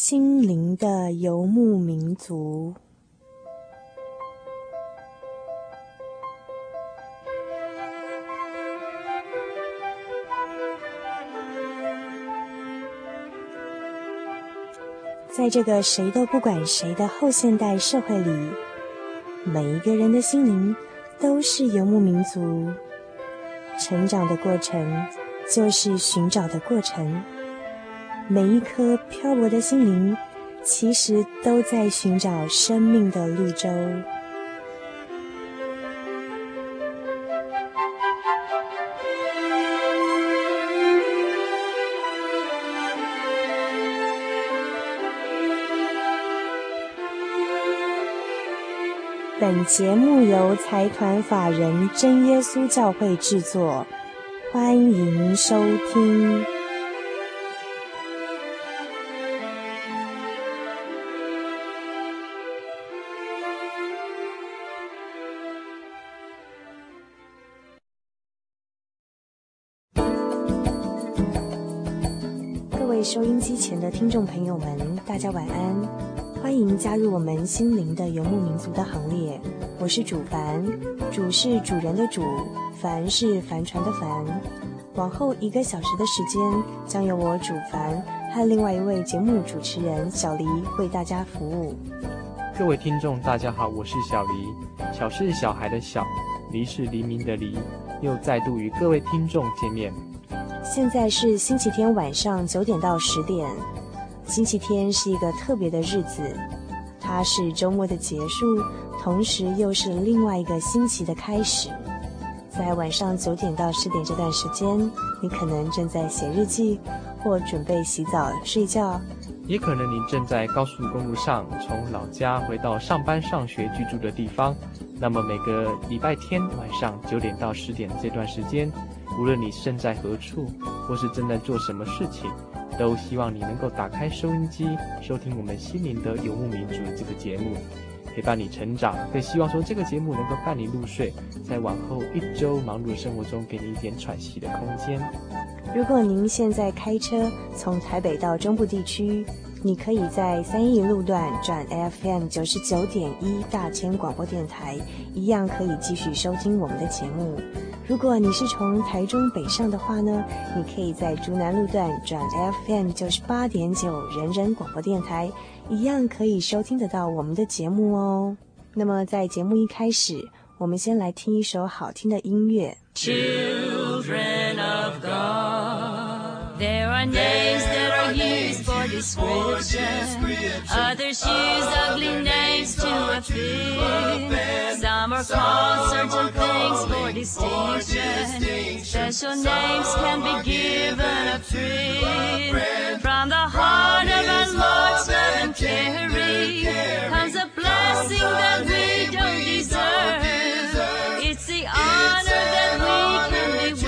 心灵的游牧民族。在这个谁都不管谁的后现代社会里，每一个人的心灵都是游牧民族。成长的过程就是寻找的过程，每一颗漂泊的心灵其实都在寻找生命的绿洲。本节目由财团法人真耶稣教会制作，欢迎收听。各位收音机前的听众朋友们，大家晚安。欢迎加入我们心灵的游牧民族的行列，我是主凡，主是主人的主，凡是帆船的帆。往后1个小时的时间，将由我主凡和另外一位节目主持人小黎为大家服务。 各位听众大家好，我是小黎，小是小孩的小，黎是黎明的黎，又再度与各位听众见面。 现在是星期天晚上9点到10点。星期天是一个特别的日子，它是周末的结束，同时又是另外一个星期的开始。在晚上9点到10点这段时间，你可能正在写日记，或准备洗澡睡觉， 也可能你正在高速公路上从老家回到上班上学居住的地方。那么每个礼拜天晚上9点到10点这段时间，无论你身在何处，或是正在做什么事情，都希望你能够打开收音机，收听我们心灵的游牧民族这个节目，陪伴你成长，更希望说这个节目能够伴你入睡，在往后1周忙碌的生活中给你一点喘息的空间。 如果您现在开车从台北到中部地区，你可以在3义路段转 FM 99.1大千广播电台，一样可以继续收听我们的节目。如果你是从台中北上的话呢，你可以在竹南路段转 FM 98.9人人广播电台，一样可以收听得到我们的节目哦。那么在节目一开始，我们先来听一首好听的音乐。 Children of God, there are names that are used for description, others use ugly names to offend. Some are called certain things for distinction. Special names can be given a friend. From the heart of our Lord's love and caring comes a blessing that we don't deserve. It's the honor that we can be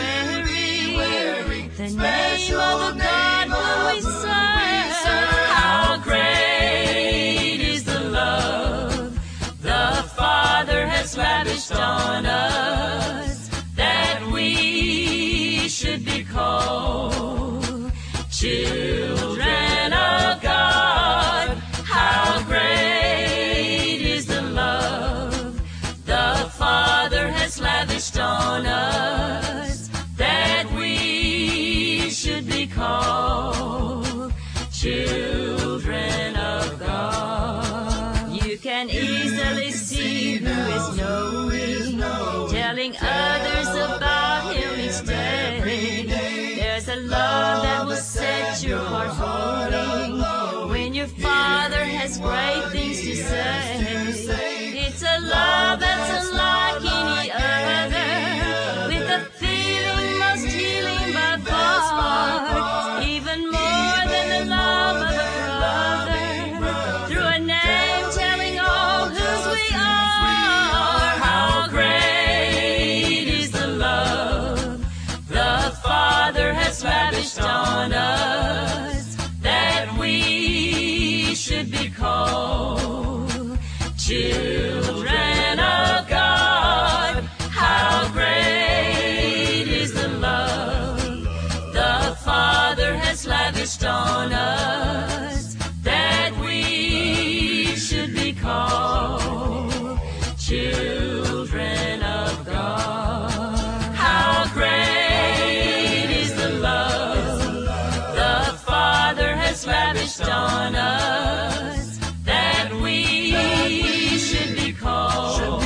wearing, the name of the God whom we serve. How great is the love the Father has lavished on us, that we should be called children of God. How great is the love the Father has lavished on us, that we should be called children of God. You can easily see who is knowing, telling others about Him each day. There's a love that will set your heart holding when your Father has great things to say. It's a love that's unlike any other, with a feeling most healing by far, even more than the love of a brother, through a name telling all whose we are. How great is the love the Father has lavished on us, that we lavished on us, that we should be called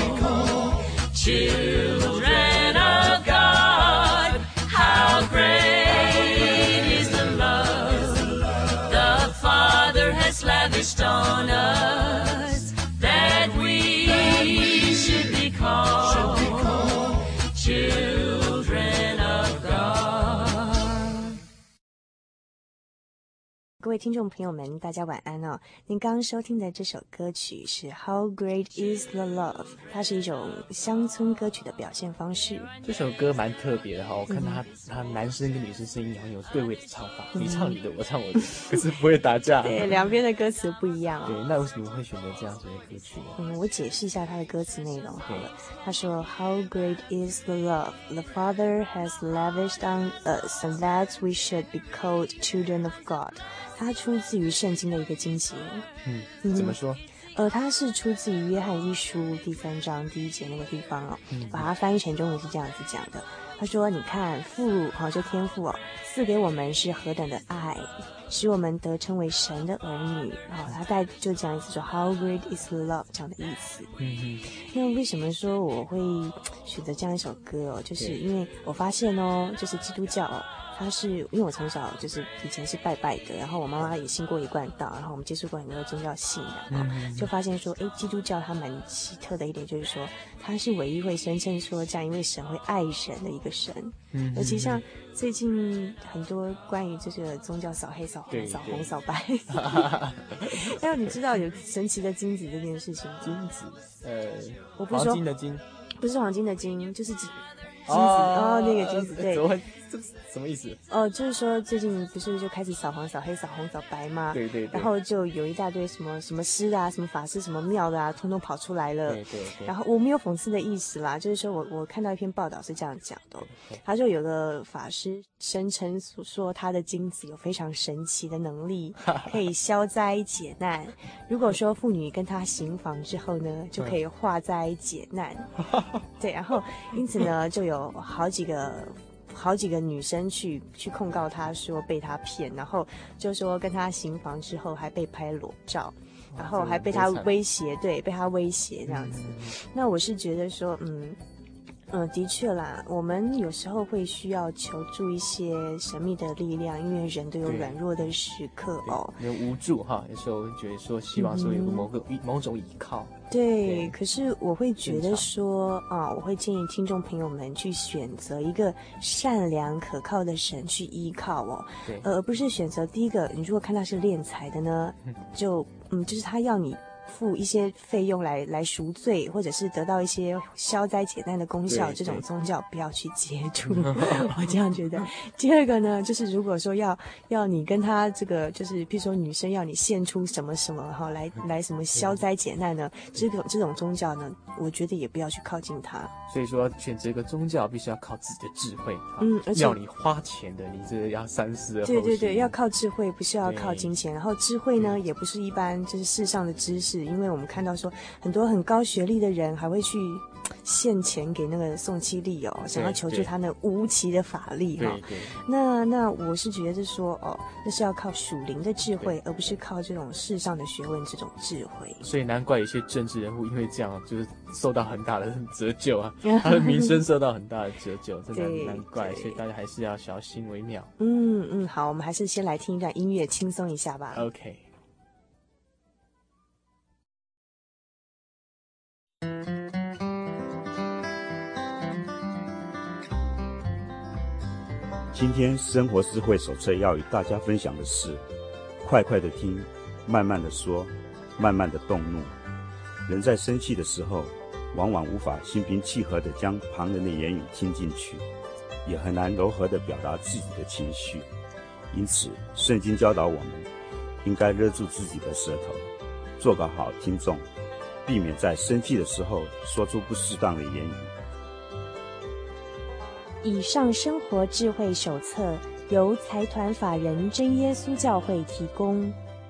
children of God. How great is the love the Father has lavished on us, that we should be called children of God. 各位听众朋友们，大家晚安哦！您刚刚收听的这首歌曲是《How Great Is the Love》，它是一种乡村歌曲的表现方式。 这首歌蛮特别的哈，我看他男生跟女生声音好像有对位的唱法，你唱你的，我唱我的，可是不会打架。 对，两边的歌词不一样哦。 对，那为什么会选择这样子的歌曲呢？ 我解释一下它的歌词内容好了。他说 How great is the love the Father has lavished on us, and that we should be called children of God。它出自于圣经的一个经节。 怎么说？ 它是出自于约翰一书第3章第1节那个地方哦。把它翻译成中文是这样子讲的。他说：“你看，父就天父哦，赐给我们是何等的爱，使我们得称为神的儿女。他就讲一次说 How great is love 这样的意思。那为什么说我会选择这样一首歌哦？就是因为我发现哦，就是基督教哦。它是因为我从小就是以前是拜拜的，然后我妈妈也信过一贯道，然后我们接触过很多宗教信仰，就发现说，基督教它蛮奇特的一点就是说，它是唯一会声称说这样，因为神会爱人的一个神。尤其像最近很多关于这个宗教扫黑、扫红、扫红、扫白，还有你知道有神奇的金子这件事情吗？ 金子， 我不是说黄金的金， 不是黄金的金，就是金子那个金子，对。 这什么意思？ 就是说最近不是就开始扫黄、扫黑、扫红、扫白吗？ 对。 然后就有一大堆什么师啊、什么法师、什么庙的啊，通通跑出来了。 对。 然后我没有讽刺的意思啦，就是说我看到一篇报道是这样讲的，他说有个法师声称说他的金子有非常神奇的能力，可以消灾解难。如果说妇女跟他行房之后呢，就可以化灾解难。对，然后因此呢，就有好几个女生去控告他说被他骗，然后就说跟他行房之后还被拍裸照，然后还被他威胁，对，被他威胁这样子。那我是觉得说，的确啦，我们有时候会需要求助一些神秘的力量，因为人都有软弱的时刻哦， 有无助哈，有时候觉得说希望说有某种依靠。 对，可是我会觉得说我会建议听众朋友们去选择一个善良可靠的神去依靠哦，而不是选择第一个，你如果看他是敛财的呢，就是他要你付一些费用来赎罪，或者是得到一些消灾解难的功效，这种宗教不要去接触。我这样觉得。第二个呢，就是如果说要你跟他这个，就是譬如说女生要你献出什么什么来什么消灾解难呢，这种宗教呢，我觉得也不要去靠近它。 所以说选择一个宗教必须要靠自己的智慧， 而且要你花钱的，你这个要三思而后行。 对，要靠智慧，不是要靠金钱。然后智慧呢，也不是一般就是世上的知识，因为我们看到说很多很高学历的人还会去献钱给那个宋七力想要求助他那无奇的法力对。 那我是觉得说那是要靠属灵的智慧，而不是靠这种世上的学问这种智慧。 所以难怪有些政治人物因为这样就是受到很大的折旧啊，他的名声受到很大的折旧，真的难怪。所以大家还是要小心为妙。 好，我们还是先来听一段音乐，轻松一下吧。 OK。 今天生活智慧手册要与大家分享的是：快快的听，慢慢的说，慢慢的动怒。人在生气的时候，往往无法心平气和地将旁人的言语听进去，也很难柔和地表达自己的情绪。因此，圣经教导我们，应该勒住自己的舌头，做个好听众，避免在生气的时候说出不适当的言语。 以上生活智慧手册由财团法人真耶稣教会提供。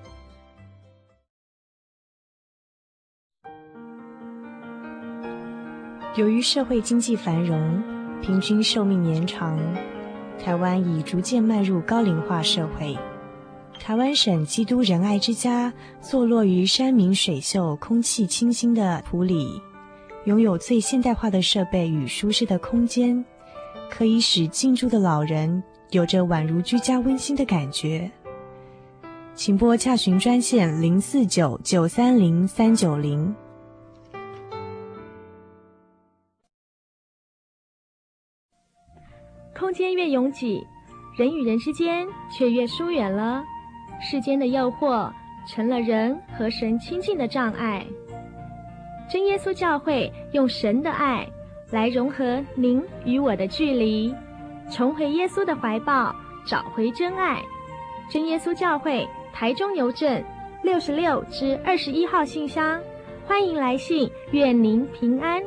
由于社会经济繁荣，平均寿命延长，台湾已逐渐迈入高龄化社会。 台湾省基督仁爱之家坐落于山明水秀、空气清新的埔里，拥有最现代化的设备与舒适的空间，可以使进驻的老人有着宛如居家温馨的感觉。请拨洽询专线049-930-390。 空间越拥挤，人与人之间却越疏远了。世间的诱惑成了人和神亲近的障碍。真耶稣教会用神的爱来融合您与我的距离，重回耶稣的怀抱，找回真爱。真耶稣教会台中邮政66-21号信箱，欢迎来信，愿您平安。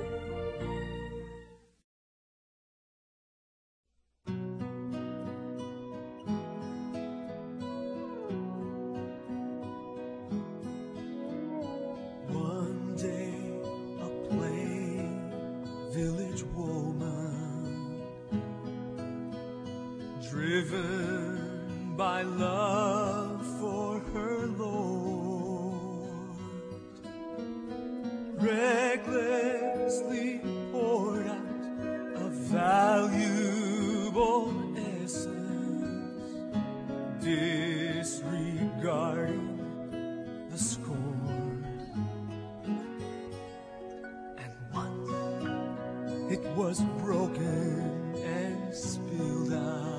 Driven by love for her Lord, recklessly poured out a valuable essence, disregarding the scorn. And once it was broken and spilled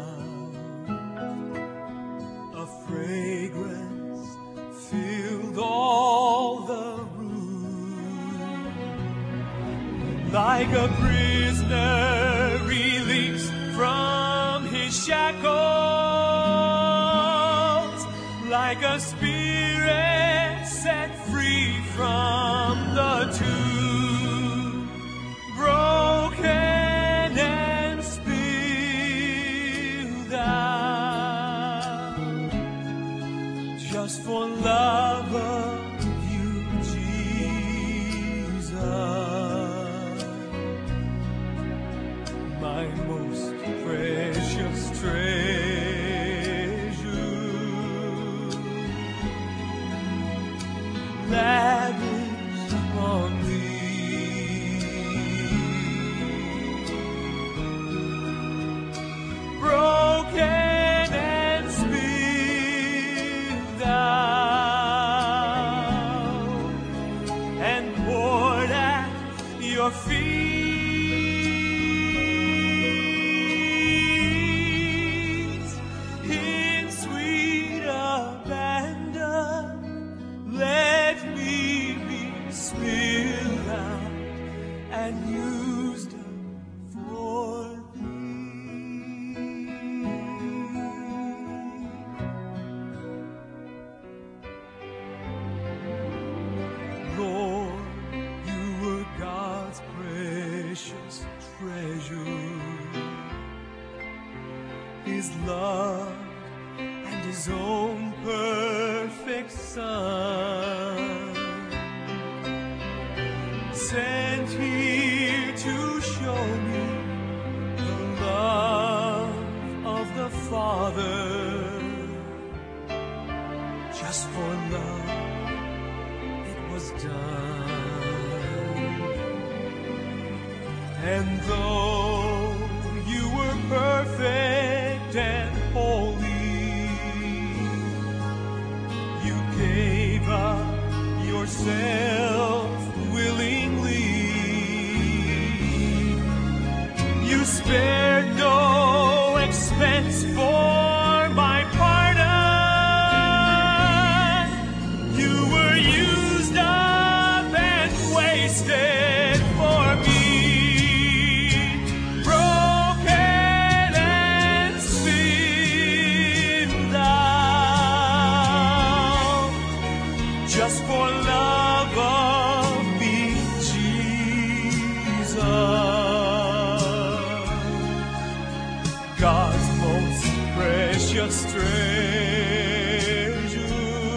out, fragrance filled all the room, like a prisoner released from his shackles, like a spirit set free from the tomb, broken and spilled out, just for love of you, Jesus, my most precious treasure, lavish on thee, broken and spilled out, and poured at your feet, in sweet abandon. Let me be spilled out and used for thee. Lord, you were God's precious treasure, His love and His own perfect Son, sent here to show me the love of the Father. Just for love it was done. And though you were perfect and holy, you gave up yourself willingly. You spared no expense for my pardon. You were used up and wasted for me, broken and spilled out, just for love of me, Jesus, God's most precious treasure,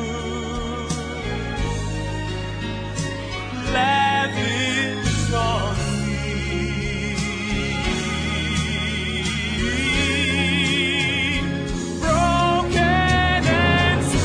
lavish on me, broken and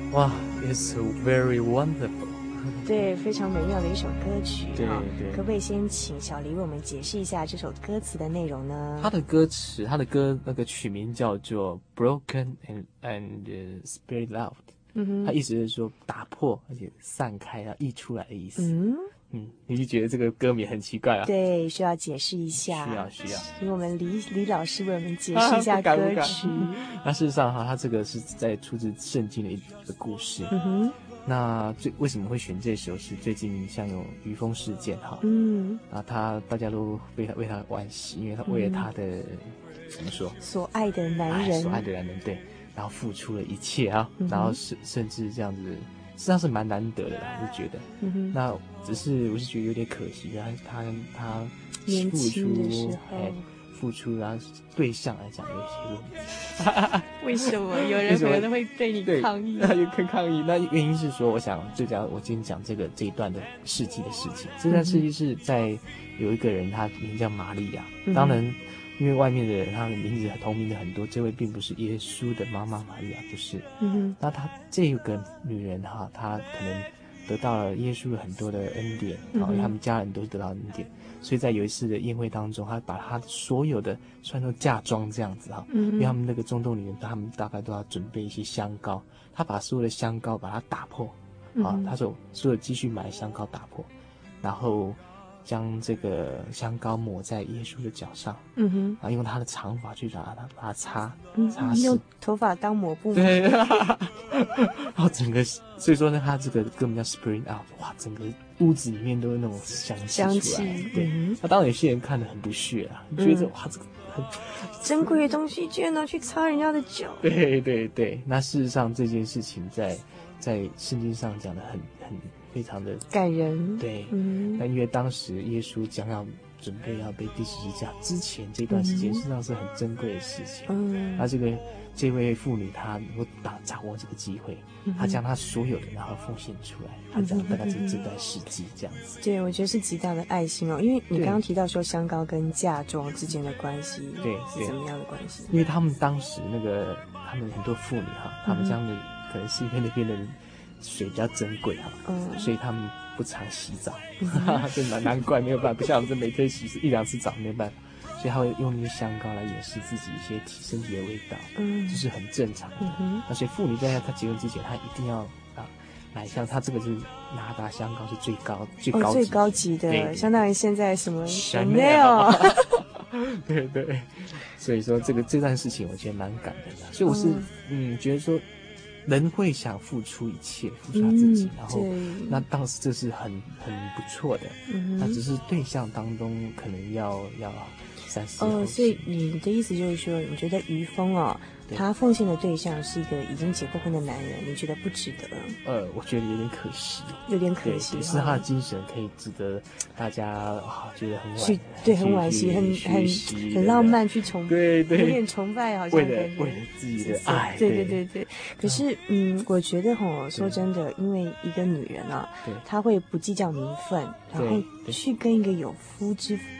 哇 ，It's very wonderful。 对，非常美妙的一首歌曲。 对哈， 对可不可以先请小黎为我们解释一下这首歌词的内容呢？ 他的歌词，他的歌那个曲名叫做 Broken and Spirit Out。他意思是说打破而且散开啊，溢出来的意思。你就觉得这个歌名很奇怪啊？ 对，需要解释一下。 需要， 请我们李老师为我们解释一下歌曲。 那事实上哈，他这个是在出自圣经的一个故事。那为什么会选这首？是最近像有余风事件哈，大家都为他惋惜，因为他为了他的怎么说所爱的男人， 对，然后付出了一切啊，然后甚至这样子，实际上是蛮难得的啦，我就觉得。那只是我是觉得有点可惜的，他年轻的时候付出，然后对象来讲有一些问题。 为什么有人可能会对你抗议？ 有抗议。那原因是说，我想我今天讲这一段的事迹的事情。这段事迹是在有一个人，他名叫玛利亚。当然，因为外面的人他的名字同名的很多，这位并不是耶稣的妈妈玛利亚，不是。那他这个女人哈，她可能得到了耶稣很多的恩典，因为他们家人都得到恩典。所以在有一次的宴会当中，他把他所有的算作嫁妆这样子哈，因为他们那个中东里面，他们大概都要准备一些香膏，他把所有的香膏把它打破，他说所有积蓄买的香膏打破，然后将这个香膏抹在耶稣的脚上，然后用他的长发去把它擦拭， 用头发当抹布吗？ 对，然后整个，所以说呢，他这个歌名叫 Spring Out， 哇，整个屋子里面都是那种香气出来。对，那当然有些人看得很不屑啊，觉得哇，这个很珍贵的东西居然拿去擦人家的脚。 对，那事实上这件事情在圣经上讲的很非常的感人。 对，那因为当时耶稣将要准备要被钉十字架之前这段时间，实际上是很珍贵的事情。那这位妇女她能够掌握这个机会，她将她所有的然后奉献出来，她讲大概这段事迹这样子。 对，我觉得是极大的爱心哦，因为你刚刚提到说香膏跟嫁妆之间的关系， 对， 是怎么样的关系？ 因为他们当时他们很多妇女哈，他们将的可能是因为那边的水比较珍贵哈，所以他们不常洗澡，就难怪没有办法，不像我们这每天洗1-2次澡没有办法。所以他会用那些香膏来掩饰自己一些身体的味道，这是很正常的。那所以妇女在她结婚之前，她一定要买像她这个是拿达香膏是最高级的， 相当于现在什么 Chanel。 对，所以说这段事情我觉得蛮感人的。所以我是觉得说，人会想付出一切，付出他自己，然后那当时这是很不错的。那只是对象当中可能要所以你的意思就是说，你觉得于峰他奉献的对象是一个已经结过婚的男人，你觉得不值得？ 我觉得有点可惜， 对， 是他的精神可以值得大家觉得很惋惜，很浪漫，去崇拜，有点崇拜，好像为了自己的爱， 对。可是我觉得说真的，因为一个女人她会不计较名分，然后去跟一个有妇之夫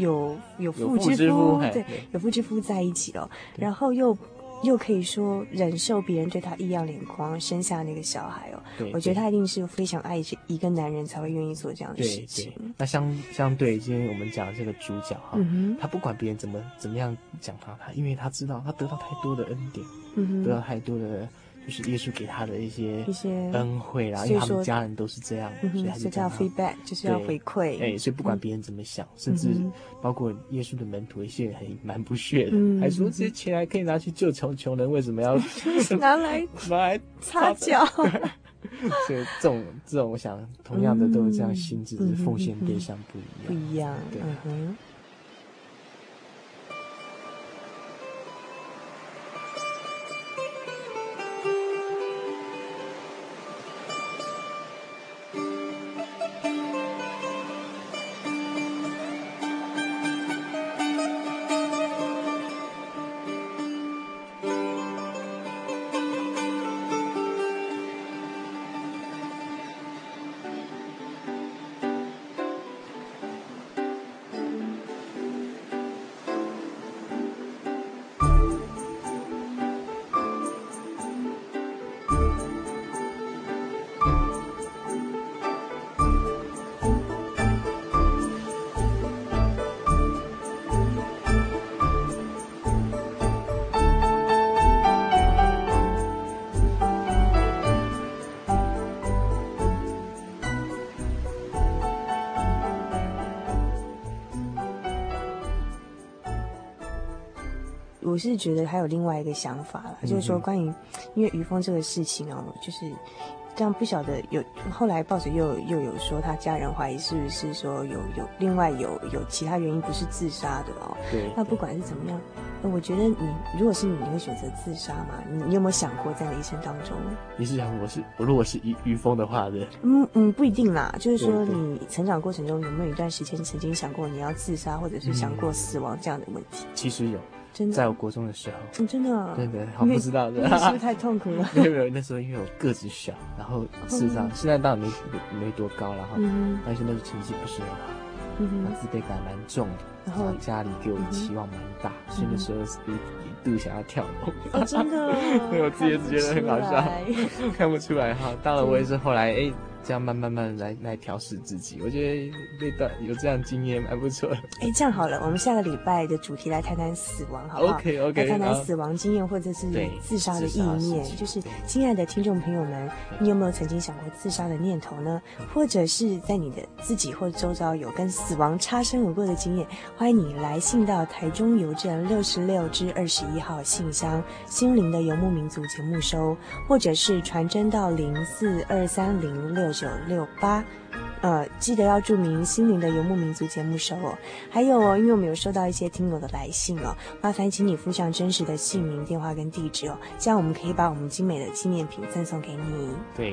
在一起然后又可以说忍受别人对他异样眼光，生下那个小孩我觉得他一定是非常爱一个男人才会愿意做这样的事情。 那相对今天我们讲的这个主角他不管别人怎么样讲他，因为他知道他得到太多的恩典，得到太多的就是耶稣给他的一些恩惠啦，因为他们家人都是这样，所以他就叫 feedback， 就是要回馈。 所以不管别人怎么想，甚至包括耶稣的门徒，一些人还蛮不屑的，还说这些钱还可以拿去救穷人，为什么要拿来擦脚？ 所以这种我想同样的都有这样心智，只是奉献对象不一样。对。 我是觉得还有另外一个想法啦，就是说关于因为于峰这个事情哦，就是这样不晓得有后来报纸又有说他家人怀疑是不是说有另外有其他原因不是自杀的哦。 对， 那不管是怎么样，我觉得你如果是你会选择自杀吗？你有没有想过在你的一生当中？ 你是想我如果是于峰的话的？ 不一定啦，就是说对你成长过程中有没有一段时间曾经想过你要自杀，或者是想过死亡这样的问题？ 其实有。 真的， 在我国中的时候， 真的， 真的好不知道的， 是不是太痛苦了？ 没有，那时候因为我个子小，然后事实上现在当然没多高了哈，而且那时候成绩不是很好，自卑感蛮重的，然后家里给我的期望蛮大，所以那时候一度想要跳楼。 真的， 对我自己也觉得很好笑，看不出来哈。当然我也是后来这样慢慢来调试自己，我觉得那段有这样经验蛮不错的。 这样好了，我们下个礼拜的主题来谈谈死亡，好不好 ？OK， 来谈谈死亡经验或者是自杀的意念。就是亲爱的听众朋友们，你有没有曾经想过自杀的念头呢？或者是在你的自己或周遭有跟死亡擦身而过的经验？欢迎你来信到台中邮政66-21号信箱心灵的游牧民族节目收，或者是传真到0423066968，记得要注明心灵的游牧民族节目收哦。还有因为我们有收到一些听友的来信哦，麻烦请你附上真实的姓名、电话跟地址哦，这样我们可以把我们精美的纪念品赠送给你。 对。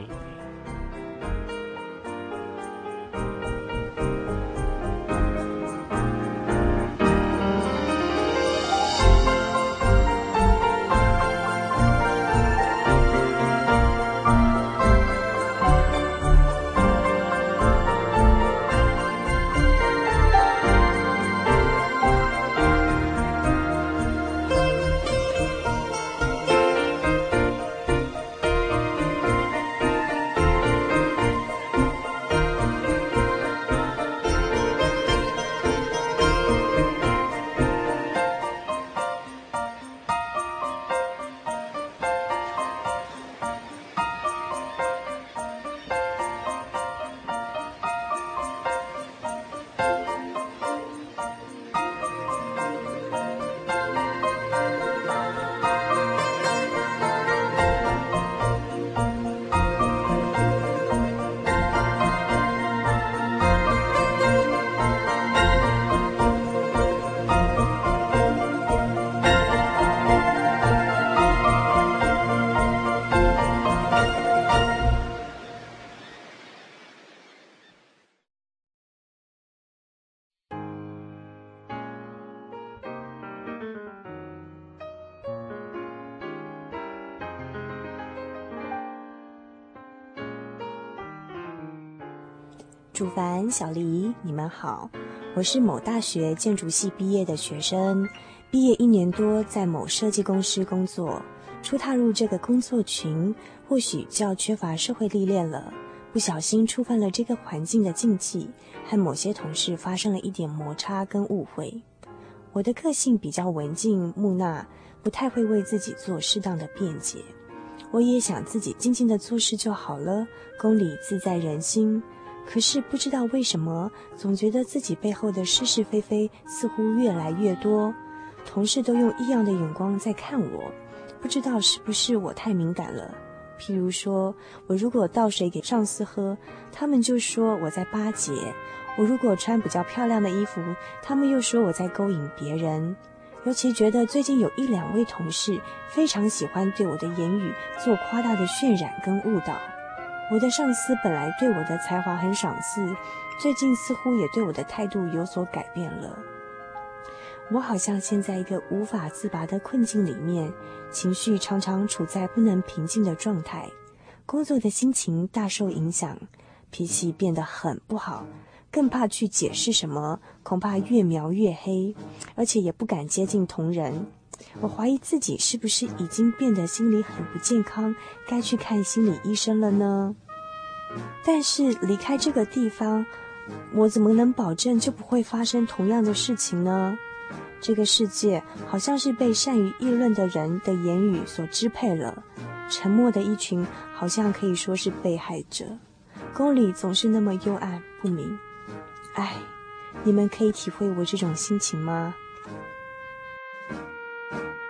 主凡、小黎，你们好，我是某大学建筑系毕业的学生，毕业1年多，在某设计公司工作。初踏入这个工作群，或许较缺乏社会历练了，不小心触犯了这个环境的禁忌，和某些同事发生了一点摩擦跟误会。我的个性比较文静木讷，不太会为自己做适当的辩解。我也想自己静静的做事就好了，公理自在人心。可是不知道为什么，总觉得自己背后的是是非非似乎越来越多，同事都用异样的眼光在看我，不知道是不是我太敏感了。譬如说，我如果倒水给上司喝，他们就说我在巴结；我如果穿比较漂亮的衣服，他们又说我在勾引别人。尤其觉得最近有1-2位同事非常喜欢对我的言语做夸大的渲染跟误导。我的上司本来对我的才华很赏识，最近似乎也对我的态度有所改变了。我好像陷在一个无法自拔的困境里面，情绪常常处在不能平静的状态，工作的心情大受影响，脾气变得很不好，更怕去解释什么，恐怕越描越黑，而且也不敢接近同仁。我怀疑自己是不是已经变得心理很不健康，该去看心理医生了呢？但是离开这个地方，我怎么能保证就不会发生同样的事情呢？这个世界好像是被善于议论的人的言语所支配了，沉默的一群好像可以说是被害者，公理总是那么幽暗不明。唉，你们可以体会我这种心情吗？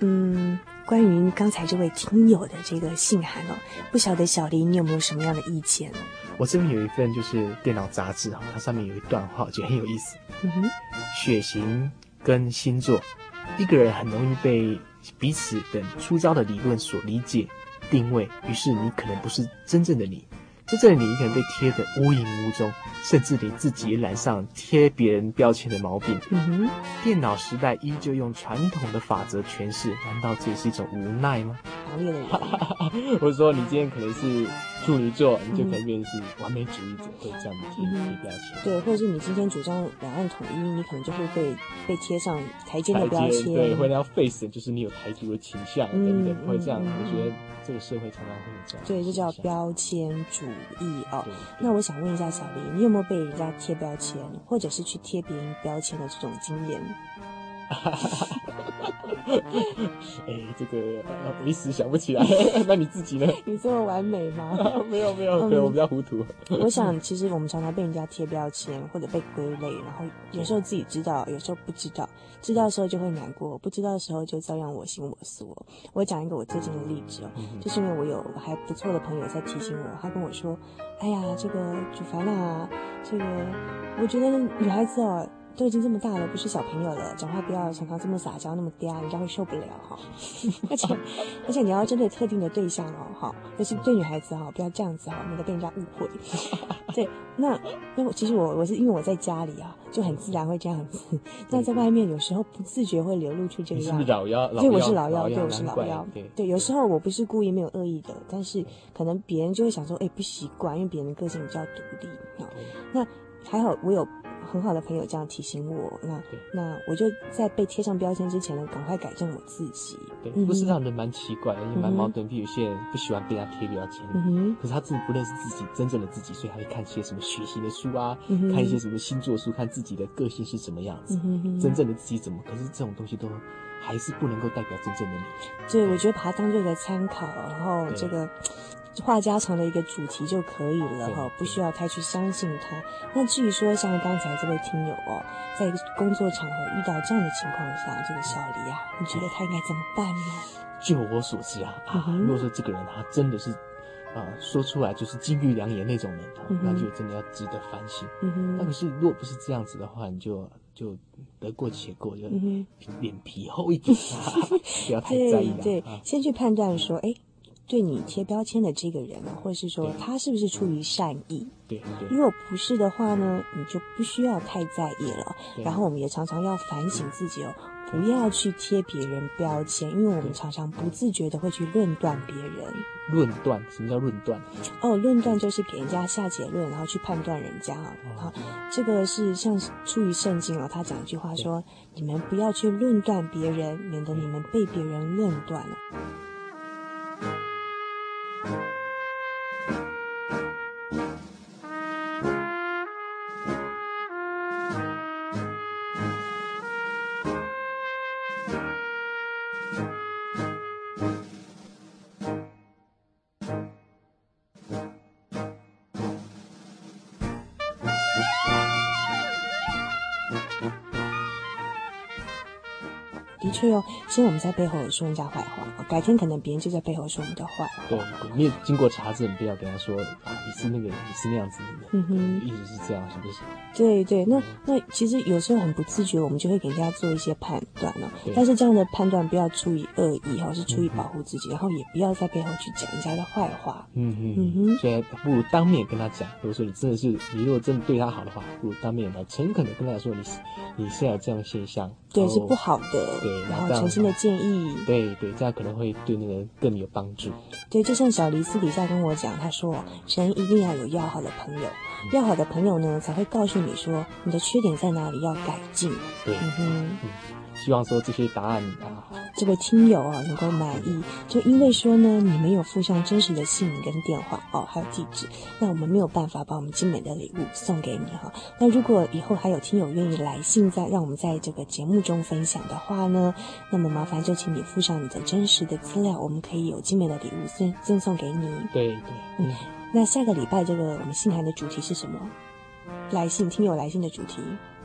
关于刚才这位听友的这个信函哦，不晓得小黎你有没有什么样的意见呢？ 我这边有一份就是电脑杂志它上面有一段话，我觉得很有意思。血型跟星座，一个人很容易被彼此等粗糙的理论所理解、定位，于是你可能不是真正的你。真正的你可能被贴得无影无踪，甚至你自己也染上贴别人标签的毛病。电脑时代依旧用传统的法则诠释，难道这也是一种无奈吗？ 强烈的人或者说你今天可能是处女座，你就可能变成是完美主义者，会这样贴标签。 对，或者是你今天主张两岸统一，你可能就会被贴上台阶的标签。 对，会要 face 就是你有台独的倾向等等，会这样。我觉得这个社会常常会有这样。 对，这叫标签主义哦。那我想问一下小黎，你有没有被人家贴标签，或者是去贴别人标签的这种经验？ 这个我一时想不起来。那你自己呢？ 你这么完美吗？ 没有，我比较糊涂。 我想其实我们常常被人家贴标签或者被归类，然后有时候自己知道，有时候不知道，知道的时候就会难过，不知道的时候就照样我行我素。我讲一个我最近的例子就是因为我有还不错的朋友在提醒我，他跟我说，哎呀，这个主凡啊，这个我觉得女孩子都已经这么大了，不是小朋友了，讲话不要常常这么撒娇那么嗲，人家会受不了而且你要针对特定的对象就是对女孩子不要这样子免得被人家误会。对，那其实我是因为我在家里就很自然会这样子，那在外面有时候不自觉会流露出这个样子。 你是不是老幺？ 对，我是老幺，对，我是老幺。 对， 有时候我不是故意没有恶意的，但是可能别人就会想说，不习惯，因为别人的个性比较独立那还好我有很好的朋友这样提醒我，那我就在被贴上标签之前呢，赶快改正我自己。 对，不是让人蛮奇怪，因为蛮矛盾。比如有些人不喜欢被人家贴标签，可是他自己不认识自己真正的自己，所以他会看些什么学习的书啊，看一些什么星座书，看自己的个性是什么样子，真正的自己怎么。可是这种东西都还是不能够代表真正的你。 对，我觉得把它当做一个参考，然后这个话家常的一个主题就可以了不需要太去相信它。那至于说像刚才这位听友在工作场合遇到这样的情况下，这个小黎你觉得他应该怎么办呢？ 就我所知如果说这个人他真的是说出来就是金玉良言那种人那就真的要值得反省。那可是如果不是这样子的话，你就得过且过，就脸皮厚一点不要太在意对，先去判断说对你贴标签的这个人或者是说他是不是出于善意。 对， 如果不是的话呢，你就不需要太在意了。然后我们也常常要反省自己不要去贴别人标签，因为我们常常不自觉的会去论断别人。 论断？什么叫论断？ 论断就是给人家下结论，然后去判断人家这个是像出于圣经他讲一句话说，你们不要去论断别人，免得你们被别人论断了。的确现在我们在背后说人家坏话，改天可能别人就在背后说我们的坏话。 对，你也经过查证，不要跟他说你是那个人，你是那样子的人，意思是这样，是不是？ 对，那其实有时候很不自觉，我们就会给人家做一些判断但是这样的判断不要出于恶意是出于保护自己，然后也不要在背后去讲人家的坏话。 所以不如当面跟他讲。如果说你如果真的对他好的话，不如当面诚恳的跟他说你现在有这样的现象， 对，是不好的。对，然后诚心的建议。 对，这样可能会对那个人更有帮助。 对，就像小黎私底下跟我讲，他说人一定要有要好的朋友，要好的朋友呢才会告诉你说你的缺点在哪里，要改进。 对，希望说这些答案这位听友能够满意。就因为说呢你没有附上真实的姓名跟电话还有地址，那我们没有办法把我们精美的礼物送给你那如果以后还有听友愿意来信让我们在这个节目中分享的话呢，那么麻烦就请你附上你的真实的资料，我们可以有精美的礼物赠送给你。 对， 那下个礼拜这个我们信函的主题是什么？听友来信的主题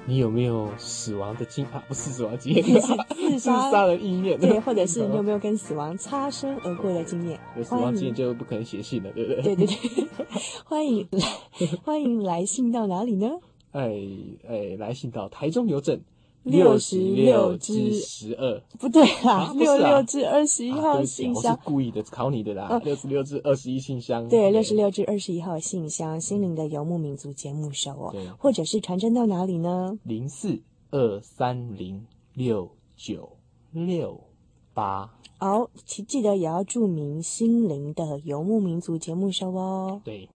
你有没有死亡的经不是死亡经验，自杀的意念？ 对，或者是你有没有跟死亡擦身而过的经验？ 有死亡经验就不可能写信了，对不对？ 对对对，欢迎来信到哪里呢？ 来信到台中邮政 66至 12， 不对啦 ，66 至21号信箱。 我是故意的考你的啦，66至21信箱。 对，66至21号信箱，心灵的游牧民族节目收哦，或者是传真到哪里呢？0423069668。 好，记得也要注明心灵的游牧民族节目收哦。 对。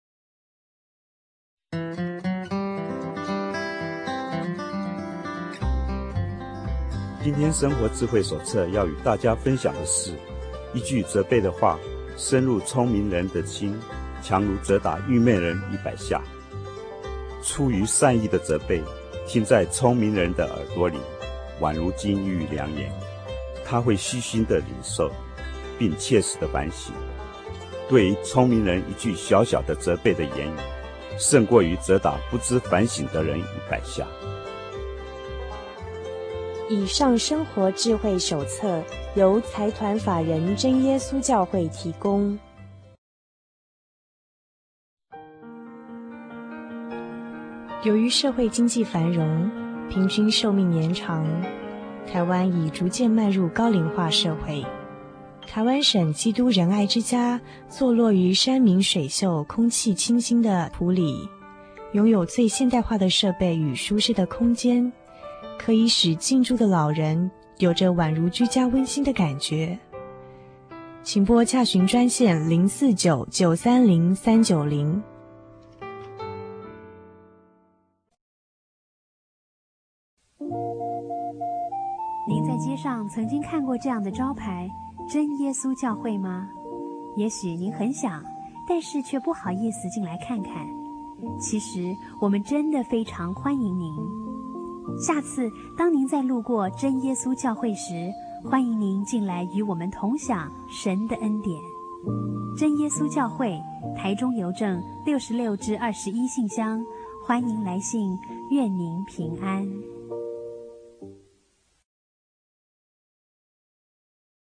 今天生活智慧手册要与大家分享的是：一句责备的话，深入聪明人的心，强如责打愚昧人100下。出于善意的责备，听在聪明人的耳朵里，宛如金玉良言。他会虚心的领受，并切实的反省。对于聪明人一句小小的责备的言语，胜过于责打不知反省的人100下。 以上生活智慧手册由财团法人真耶稣教会提供。由于社会经济繁荣，平均寿命延长，台湾已逐渐迈入高龄化社会。台湾省基督仁爱之家坐落于山明水秀、空气清新的埔里，拥有最现代化的设备与舒适的空间，可以使进驻的老人有着宛如居家温馨的感觉。请拨洽询专线049-930-390。 您在街上曾经看过这样的招牌真耶稣教会吗？也许您很想，但是却不好意思进来看看。其实我们真的非常欢迎您。下次当您在路过真耶稣教会时，欢迎您进来与我们同享神的恩典。真耶稣教会，台中邮政66至21信箱，欢迎来信，愿您平安。